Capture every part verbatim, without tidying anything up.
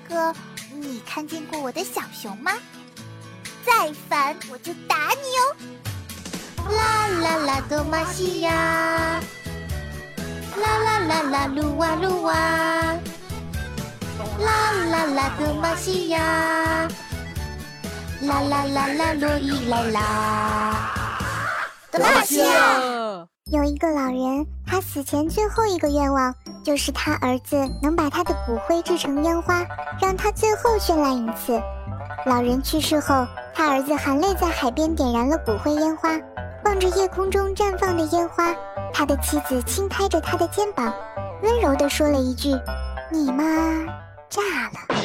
哥，你看见过我的小熊吗？再烦我就打你哦！啦啦啦，多玛西呀！啦啦啦啦，噜哇噜哇！啦啦啦，多玛西呀！啦啦啦啦，洛伊来啦！多玛西呀！有一个老人，他死前最后一个愿望就是他儿子能把他的骨灰制成烟花，让他最后绚烂一次。老人去世后，他儿子含泪在海边点燃了骨灰烟花，望着夜空中绽放的烟花，他的妻子轻拍着他的肩膀，温柔地说了一句：你妈炸了。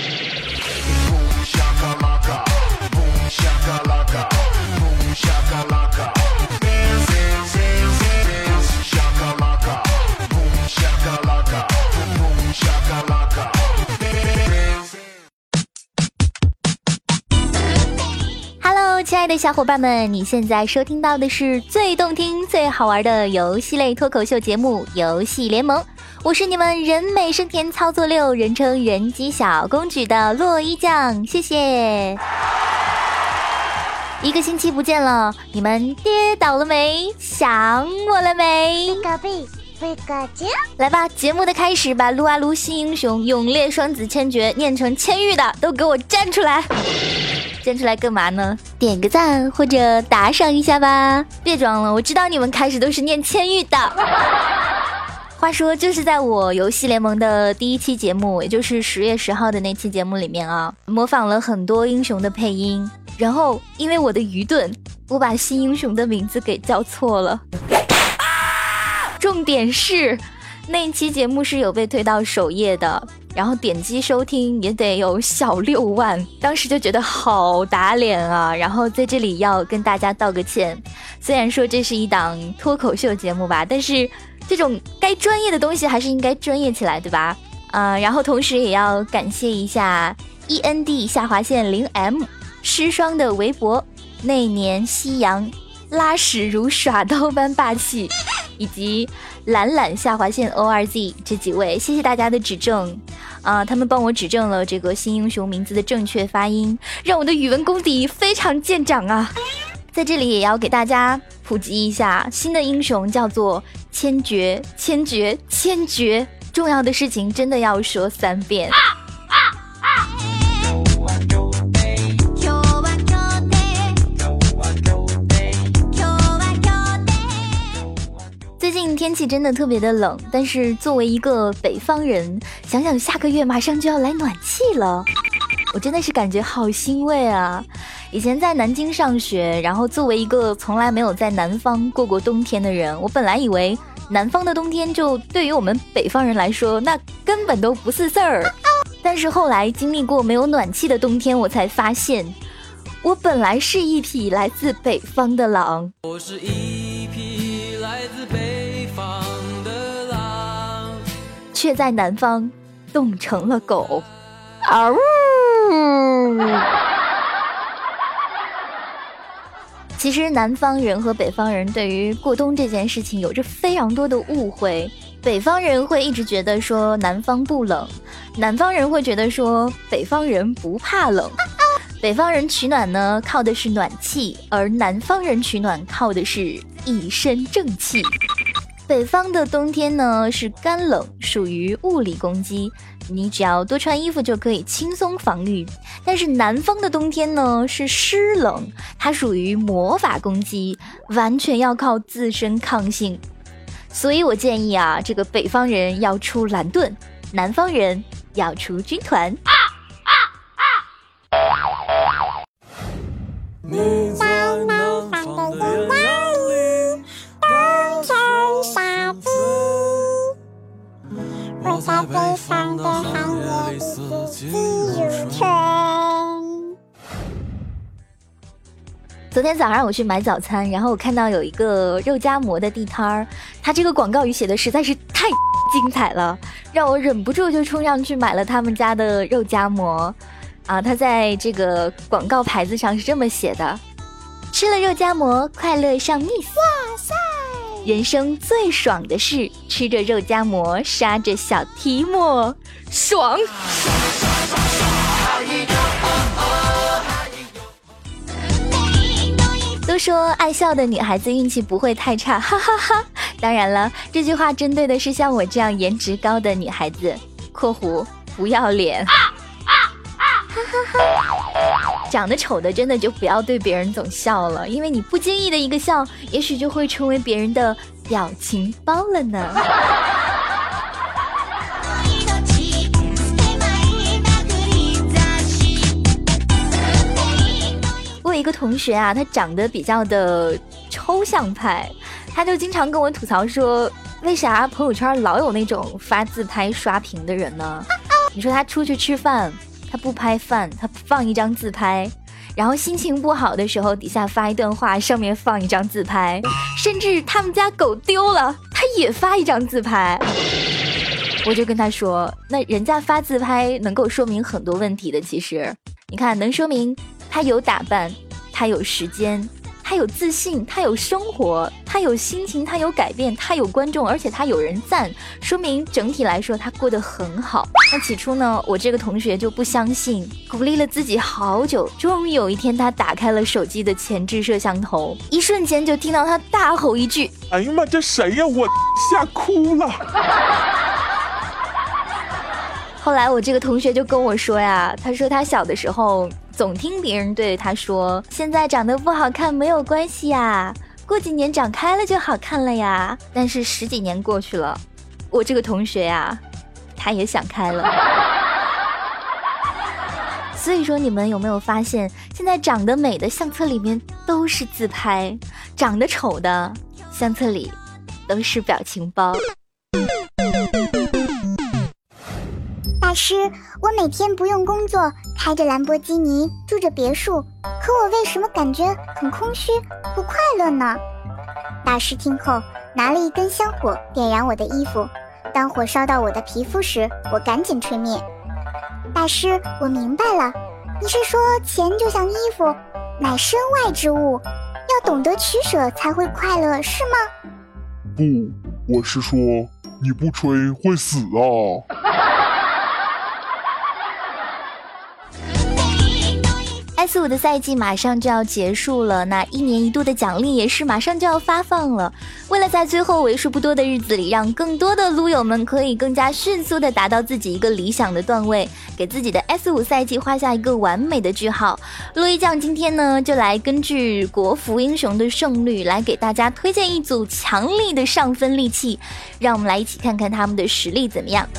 亲爱的小伙伴们，你现在收听到的是最动听最好玩的游戏类脱口秀节目游戏联盟，我是你们人美声甜操作六人称人机小公举的洛伊酱，谢谢。一个星期不见了，你们跌倒了没？想我了没？来吧，节目的开始，把撸啊撸新英雄勇烈双子千珏念成千玉的都给我站出来。站出来干嘛呢？点个赞或者打赏一下吧。别装了，我知道你们开始都是念千玉的。话说就是在我游戏联盟的第一期节目，也就是十月十号的那期节目里面啊，模仿了很多英雄的配音，然后因为我的愚钝，我把新英雄的名字给叫错了。重点是那期节目是有被推到首页的，然后点击收听也得有小六万，当时就觉得好打脸啊！然后在这里要跟大家道个歉，虽然说这是一档脱口秀节目吧，但是这种该专业的东西还是应该专业起来，对吧？呃，然后同时也要感谢一下 E N D 下划线 零 M 失双的微博，那年夕阳拉屎如耍刀般霸气，以及懒懒下划线 O R Z 这几位，谢谢大家的指正啊、呃！他们帮我指正了这个新英雄名字的正确发音，让我的语文功底非常见长啊！在这里也要给大家普及一下，新的英雄叫做千珏，千珏，千珏，重要的事情真的要说三遍。啊啊啊最近天气真的特别的冷，但是作为一个北方人，想想下个月马上就要来暖气了，我真的是感觉好欣慰啊！以前在南京上学，然后作为一个从来没有在南方过过冬天的人，我本来以为南方的冬天就对于我们北方人来说那根本都不是事儿，但是后来经历过没有暖气的冬天，我才发现我本来是一匹来自北方的狼，我是一匹来自北方的狼，却在南方冻成了狗。嗷、啊！其实南方人和北方人对于过冬这件事情有着非常多的误会，北方人会一直觉得说南方不冷，南方人会觉得说北方人不怕冷，北方人取暖呢靠的是暖气，而南方人取暖靠的是一身正气。北方的冬天呢是干冷，属于物理攻击，你只要多穿衣服就可以轻松防御。但是南方的冬天呢是湿冷，它属于魔法攻击，完全要靠自身抗性。所以我建议啊，这个北方人要出蓝盾，南方人要出军团。啊啊啊！你在南方的月亮里冻成傻子，我在北方的寒夜里四季如春。昨天早上我去买早餐，然后我看到有一个肉夹馍的地摊儿，他这个广告语写的实在是太精彩了，让我忍不住就冲上去买了他们家的肉夹馍啊！他在这个广告牌子上是这么写的：吃了肉夹馍，快乐上 miss。哇塞！ 人生最爽的事，吃着肉夹馍，杀着小提莫，爽！都说爱笑的女孩子运气不会太差，哈哈哈哈。当然了，这句话针对的是像我这样颜值高的女孩子（括弧不要脸）。长得丑的真的就不要对别人总笑了，因为你不经意的一个笑，也许就会成为别人的表情包了呢。我有一个同学啊，他长得比较的抽象派，他就经常跟我吐槽说，为啥朋友圈老有那种发自拍刷屏的人呢？你说他出去吃饭，他不拍饭，他放一张自拍，然后心情不好的时候底下发一段话，上面放一张自拍，甚至他们家狗丢了他也发一张自拍。我就跟他说，那人家发自拍能够说明很多问题的，其实你看能说明他有打扮，他有时间，他有自信，他有生活，他有心情，他有改变，他有观众，而且他有人赞，说明整体来说他过得很好。那起初呢，我这个同学就不相信，鼓励了自己好久，终于有一天他打开了手机的前置摄像头，一瞬间就听到他大吼一句， 哎呀妈，这谁呀，我吓哭了。 后来我这个同学就跟我说呀，他说他小的时候总听别人对他说，现在长得不好看没有关系呀，过几年长开了就好看了呀。但是十几年过去了，我这个同学呀，他也想开了。所以说你们有没有发现，现在长得美的相册里面都是自拍，长得丑的相册里都是表情包。 大师，我每天不用工作，开着兰博基尼，住着别墅，可我为什么感觉很空虚，不快乐呢？大师听后拿了一根香火，点燃我的衣服，当火烧到我的皮肤时，我赶紧吹灭。大师，我明白了，你是说钱就像衣服，乃身外之物，要懂得取舍才会快乐，是吗？ 不，我是说你不吹会死啊。 S 五的赛季马上就要结束了，那一年一度的奖励也是马上就要发放了。为了在最后为数不多的日子里，让更多的撸友们可以更加迅速的达到自己一个理想的段位，给自己的 S 五 赛季画下一个完美的句号。陆一酱今天呢，就来根据国服英雄的胜率来给大家推荐一组强力的上分利器，让我们来一起看看他们的实力怎么样。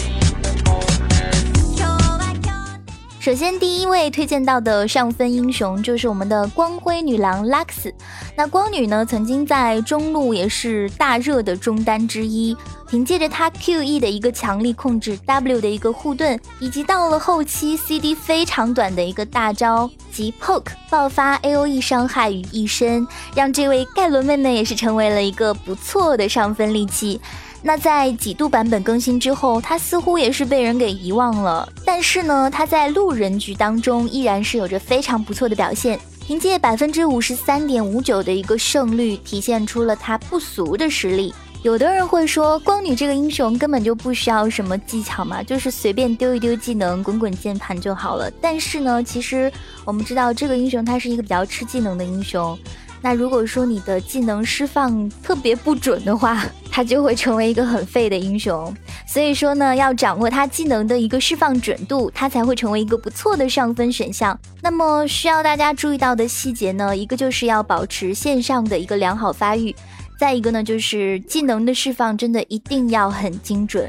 首先第一位推荐到的上分英雄就是我们的光辉女郎 Lux。 那光女呢，曾经在中路也是大热的中单之一，凭借着她 Q E 的一个强力控制， W 的一个护盾，以及到了后期 C D 非常短的一个大招及 Poke 爆发 A O E 伤害于一身，让这位盖伦妹呢也是成为了一个不错的上分利器。那在几度版本更新之后，他似乎也是被人给遗忘了，但是呢，他在路人局当中依然是有着非常不错的表现，凭借 百分之五十三点五九 的一个胜率，体现出了他不俗的实力。有的人会说，光女这个英雄根本就不需要什么技巧嘛，就是随便丢一丢技能，滚滚键盘就好了。但是呢，其实我们知道这个英雄他是一个比较吃技能的英雄，那如果说你的技能释放特别不准的话，他就会成为一个很废的英雄。所以说呢，要掌握他技能的一个释放准度，他才会成为一个不错的上分选项。那么需要大家注意到的细节呢，一个就是要保持线上的一个良好发育，再一个呢就是技能的释放真的一定要很精准。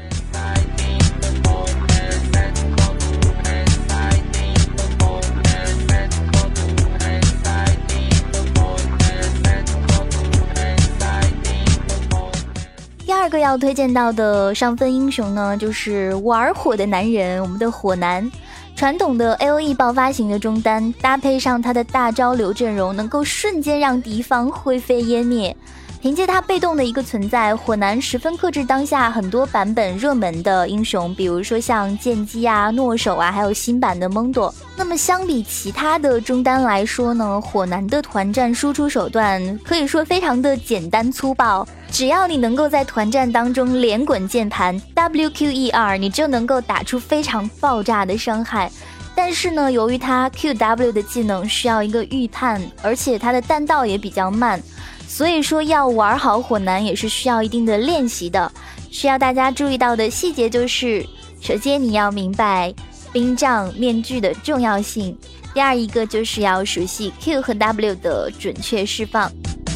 第二个要推荐到的上分英雄呢，就是玩火的男人，我们的火男。传统的 A O E 爆发型的中单，搭配上他的大招流阵容，能够瞬间让敌方灰飞烟灭。 凭借他被动的一个存在，火男十分克制当下很多版本热门的英雄，比如说像剑姬啊、诺手啊，还有新版的蒙朵。那么相比其他的中单来说呢，火男的团战输出手段可以说非常的简单粗暴，只要你能够在团战当中连滚键盘 W Q E R， 你就能够打出非常爆炸的伤害。但是呢，由于他 Q W 的技能需要一个预判，而且他的弹道也比较慢，所以说要玩好火男也是需要一定的练习的。需要大家注意到的细节就是，首先你要明白冰杖面具的重要性，第二一个就是要熟悉 Q 和 W 的准确释放。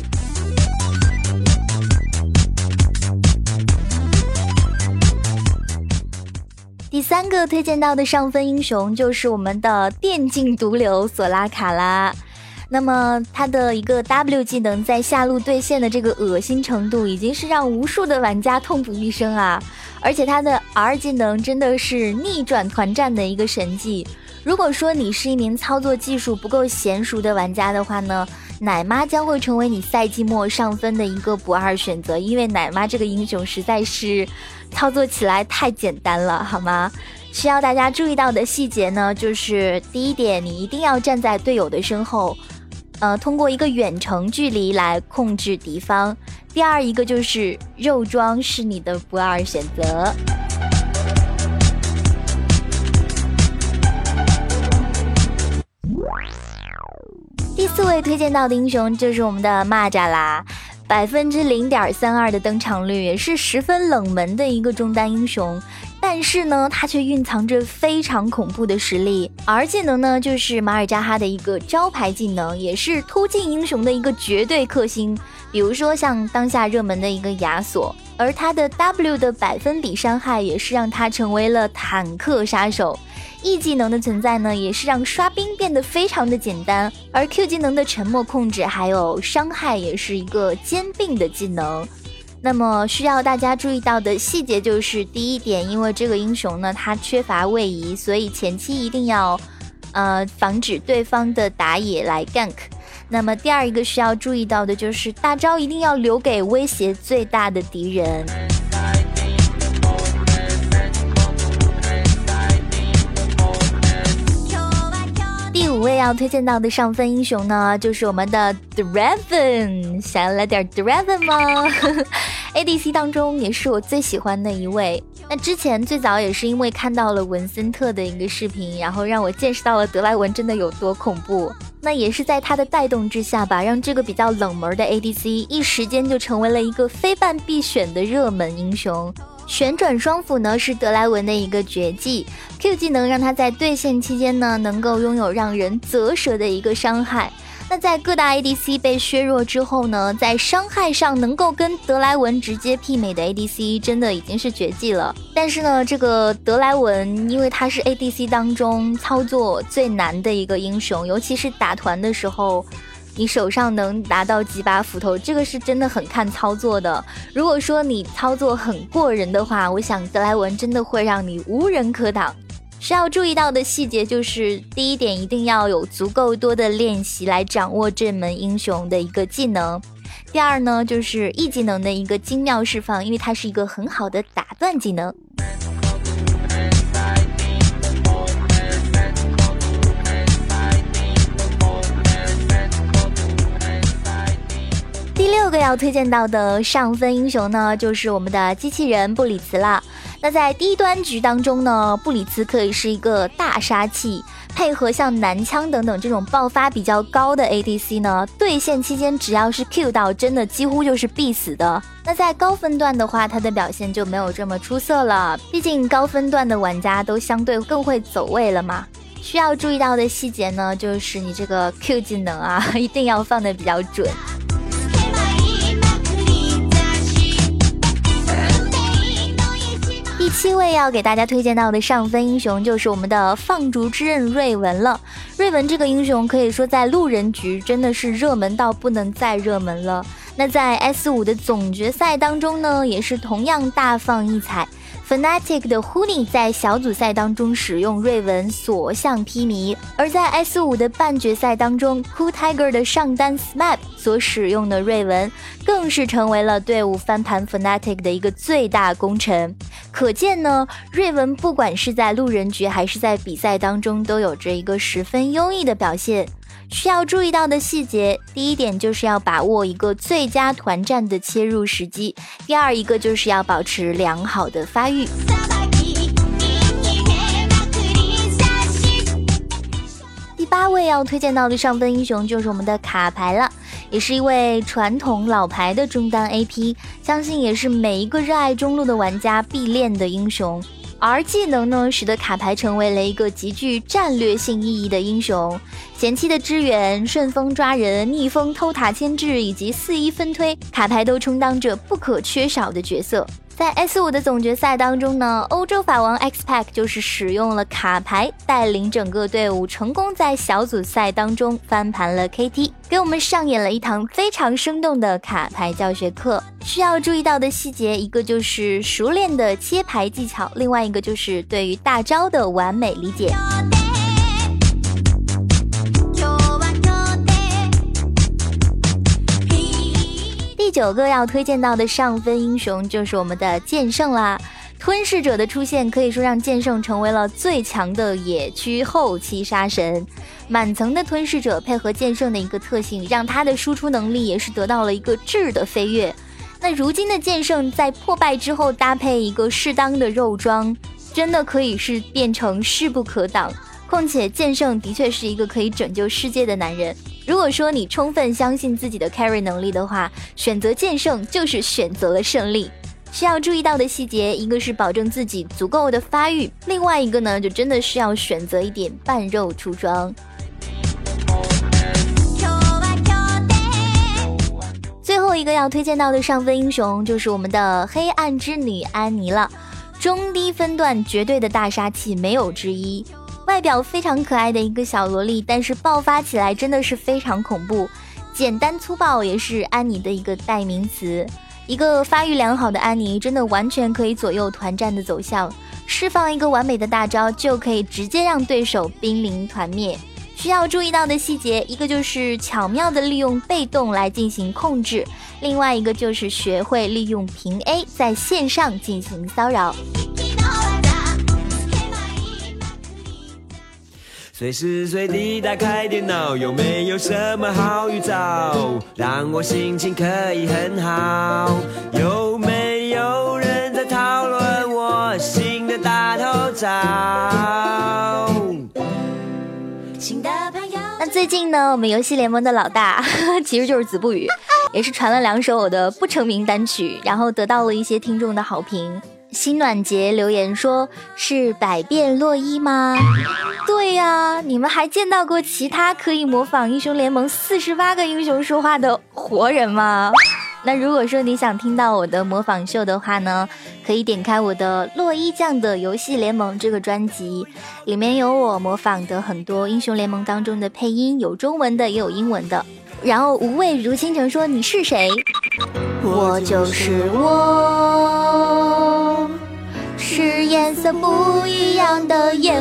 第三个推荐到的上分英雄就是我们的电竞毒瘤索拉卡啦。那么他的一个 W 技能在下路对线的这个恶心程度已经是让无数的玩家痛不欲生啊，而且他的 R 技能真的是逆转团战的一个神技。如果说你是一名操作技术不够娴熟的玩家的话呢，奶妈将会成为你赛季末上分的一个不二选择，因为奶妈这个英雄实在是操作起来太简单了，好吗？需要大家注意到的细节呢，就是第一点，你一定要站在队友的身后，呃，通过一个远程距离来控制敌方。第二一个就是肉装是你的不二选择。第四位推荐到的英雄就是我们的蚂蚱啦，百分之零点三二的登场率，也是十分冷门的一个中单英雄。但是呢，他却蕴藏着非常恐怖的实力。R 技能呢，就是马尔扎哈的一个招牌技能，也是突进英雄的一个绝对克星。比如说像当下热门的一个亚索，而他的 W 的百分比伤害也是让他成为了坦克杀手。E 技能的存在呢，也是让刷兵变得非常的简单，而 Q 技能的沉默控制还有伤害也是一个兼并的技能。那么需要大家注意到的细节就是第一点，因为这个英雄呢他缺乏位移，所以前期一定要呃防止对方的打野来 gank。 那么第二一个需要注意到的就是大招一定要留给威胁最大的敌人。第五位要推荐到的上分英雄呢，就是我们的 Draven。 想要来点 Draven 吗？ A D C 当中也是我最喜欢的一位。那之前最早也是因为看到了文森特的一个视频，然后让我见识到了德莱文真的有多恐怖。那也是在他的带动之下吧，让这个比较冷门的 A D C 一时间就成为了一个非办必选的热门英雄。旋转双斧呢是德莱文的一个绝技， Q 技能让他在对线期间呢能够拥有让人啧舌的一个伤害。那在各大 A D C 被削弱之后呢，在伤害上能够跟德莱文直接媲美的 A D C 真的已经是绝技了。但是呢，这个德莱文因为他是 A D C 当中操作最难的一个英雄，尤其是打团的时候，你手上能拿到几把斧头，这个是真的很看操作的。如果说你操作很过人的话，我想德莱文真的会让你无人可挡。需要注意到的细节就是第一点，一定要有足够多的练习来掌握这门英雄的一个技能。第二呢，就是 E 技能的一个精妙释放，因为它是一个很好的打断技能。第六个要推荐到的上分英雄呢，就是我们的机器人布里茨啦。那在低端局当中呢，布里茨可以是一个大杀器，配合像男枪等等这种爆发比较高的 A D C 呢，对线期间只要是 Q 到，真的几乎就是必死的。那在高分段的话，他的表现就没有这么出色了，毕竟高分段的玩家都相对更会走位了嘛。需要注意到的细节呢，就是你这个 Q 技能啊，一定要放得比较准。第七位要给大家推荐到的上分英雄就是我们的放逐之刃瑞文了。瑞文这个英雄可以说在路人局真的是热门到不能再热门了。那在 S 五 的总决赛当中呢，也是同样大放异彩。Fnatic 的 Huni 在小组赛当中使用瑞文所向披靡，而在 S 五 的半决赛当中 Cool Tiger 的上单 Smap 所所使用的瑞文，更是成为了队伍翻盘 Fnatic 的一个最大功臣。可见呢，瑞文不管是在路人局还是在比赛当中，都有着一个十分优异的表现。需要注意到的细节，第一点就是要把握一个最佳团战的切入时机，第二一个就是要保持良好的发育。第八位要推荐到的上分英雄就是我们的卡牌了，也是一位传统老牌的中单 A P， 相信也是每一个热爱中路的玩家必练的英雄。而技能呢，使得卡牌成为了一个极具战略性意义的英雄。前期的支援、顺风抓人、逆风偷塔牵制以及四一分推，卡牌都充当着不可缺少的角色。在 S 五 的总决赛当中呢，欧洲法王 X-Pac 就是使用了卡牌带领整个队伍成功在小组赛当中翻盘了 K T， 给我们上演了一堂非常生动的卡牌教学课。需要注意到的细节，一个就是熟练的切牌技巧，另外一个就是对于大招的完美理解。第九个要推荐到的上分英雄就是我们的剑圣啦。吞噬者的出现可以说让剑圣成为了最强的野区后期杀神。满层的吞噬者配合剑圣的一个特性，让他的输出能力也是得到了一个质的飞跃。那如今的剑圣在破败之后搭配一个适当的肉装，真的可以是变成势不可挡。况且剑圣的确是一个可以拯救世界的男人。如果说你充分相信自己的 carry 能力的话，选择剑圣就是选择了胜利。需要注意到的细节，一个是保证自己足够的发育，另外一个呢，就真的是要选择一点半肉出装。最后一个要推荐到的上分英雄就是我们的黑暗之女安妮了。中低分段绝对的大杀器没有之一，外表非常可爱的一个小萝莉，但是爆发起来真的是非常恐怖。简单粗暴也是安妮的一个代名词。一个发育良好的安妮真的完全可以左右团战的走向，释放一个完美的大招就可以直接让对手濒临团灭。需要注意到的细节，一个就是巧妙的利用被动来进行控制，另外一个就是学会利用平 A 在线上进行骚扰。 随时随地打开电脑，有没有什么好预兆，让我心情可以很好？有没有人在讨论我新的大头照？ 那最近呢，我们游戏联盟的老大其实就是子不语，也是传了两首我的不成名单曲，然后得到了一些听众的好评。心暖杰留言说，是百变洛伊吗？对呀，你们还见到过其他可以模仿英雄联盟四十八个英雄说话的活人吗？那如果说你想听到我的模仿秀的话呢，可以点开我的洛伊酱的游戏联盟这个专辑，里面有我模仿的很多英雄联盟当中的配音，有中文的也有英文的。然后无畏如倾城说，你是谁？我就是我，是颜色不一样的烟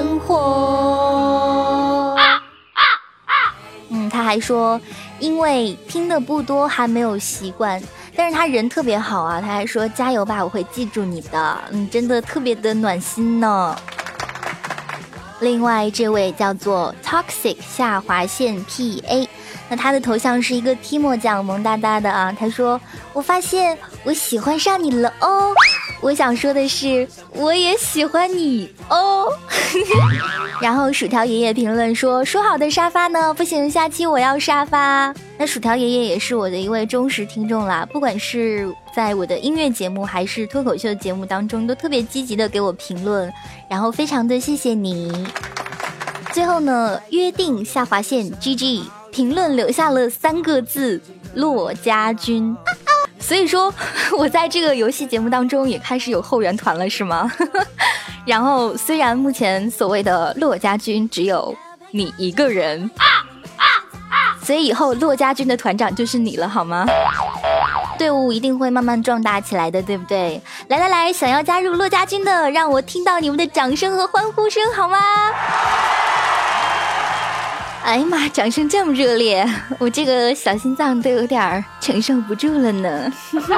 火。嗯，他还说因为听的不多还没有习惯，但是他人特别好啊，他还说加油吧，我会记住你的。嗯，真的特别的暖心呢。另外这位叫做 Toxic 下划线 P A， 那他的头像是一个 Timo 酱，萌哒哒的啊。他说，我发现我喜欢上你了哦。我想说的是，我也喜欢你哦。然后薯条爷爷评论说，说好的沙发呢？不行，下期我要沙发。那薯条爷爷也是我的一位忠实听众啦，不管是在我的音乐节目还是脱口秀节目当中，都特别积极的给我评论，然后非常的谢谢你。最后呢，约定下划线 G G 评论留下了三个字，骆家军。所以说我在这个游戏节目当中也开始有后援团了是吗？然后虽然目前所谓的骆家军只有你一个人，所以以后骆家军的团长就是你了好吗？队伍一定会慢慢壮大起来的，对不对？来来来，想要加入骆家军的，让我听到你们的掌声和欢呼声好吗？ 哎呀妈，掌声这么热烈，我这个小心脏都有点承受不住了呢。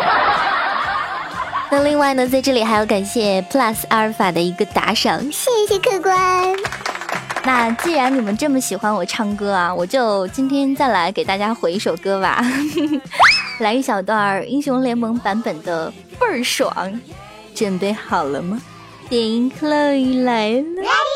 那另外呢，在这里还要感谢 Plus 阿尔法的一个打赏， 谢谢客官。 那既然你们这么喜欢我唱歌啊，我就今天再来给大家回一首歌吧。来一小段英雄联盟版本的倍儿爽，准备好了吗？电影 Chloe 来了。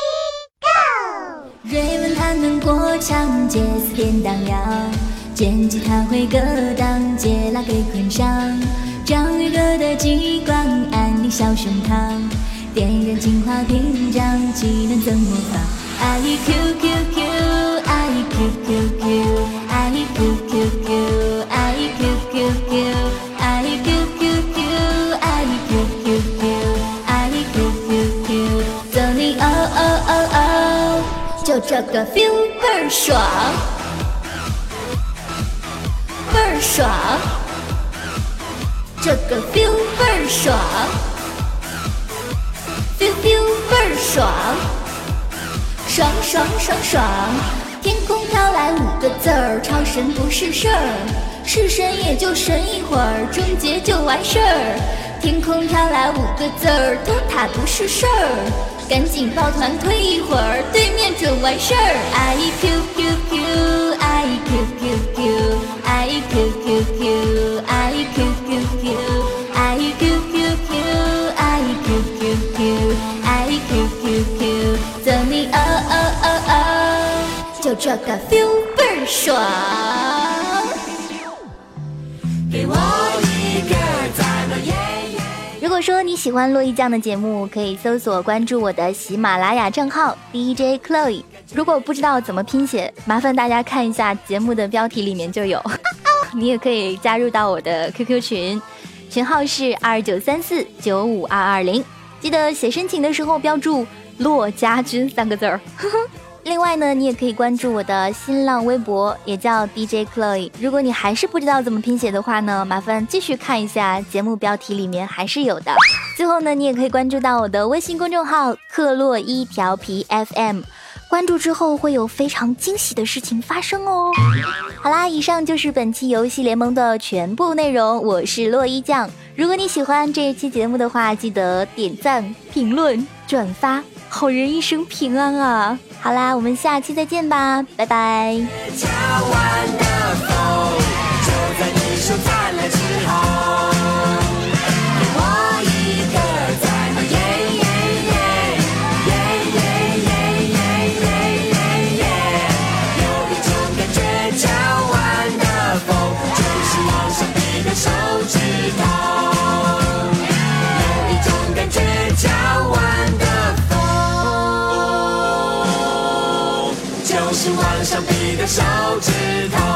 瑞文他能过场，杰斯便当了，剑吉他会格挡，杰拉给捆上，章鱼哥的激光，安利小胸膛，点燃进化屏障，技能怎模仿？爱 Q Q Q， 爱 Q Q Q， 爱 Q Q Q， 爱 Q Q Q， 爱 Q Q Q， 爱 Q Q Q， 爱 Q Q Q， 走你哦哦哦哦，就这个 feel 倍儿爽，倍儿爽，这个 feel 倍儿爽 ，feel feel 倍儿爽。爽爽爽爽，天空飘来五个字儿，超神不是事儿，是神也就神一会儿，终结就完事儿。天空飘来五个字儿，偷塔不是事儿，赶紧抱团推一会儿，对面准完事儿。I Q Q Q， I Q Q Q， I Q Q Q，I Q Q Q，I Q Q Q，I Q Q Q，I Q Q Q， 走你哦哦哦哦，就这个 feel 倍儿爽。给我一个赞了耶！ 如果说你喜欢洛伊酱的节目，可以搜索关注我的喜马拉雅账号 D J Chloe。如果不知道怎么拼写，麻烦大家看一下节目的标题里面就有。你也可以加入到我的 Q Q 群，群号是二九三四九五二二零，记得写申请的时候标注骆家军三个字儿。另外呢，你也可以关注我的新浪微博，也叫 D J Chloe。如果你还是不知道怎么拼写的话呢，麻烦继续看一下节目标题里面还是有的。最后呢，你也可以关注到我的微信公众号克洛伊调皮 F M， 关注之后会有非常惊喜的事情发生哦。好啦，以上就是本期游戏联盟的全部内容，我是洛伊酱。如果你喜欢这一期节目的话，记得点赞、评论、转发，好人一生平安啊！好啦，我们下期再见吧，拜拜。 敲完的风就在你手残了之后，给我一个赞，耶耶耶耶耶耶耶耶耶！有一种感觉，敲完的风就是往上比的手指头，有一种感觉，敲完的就是往上比的手指头。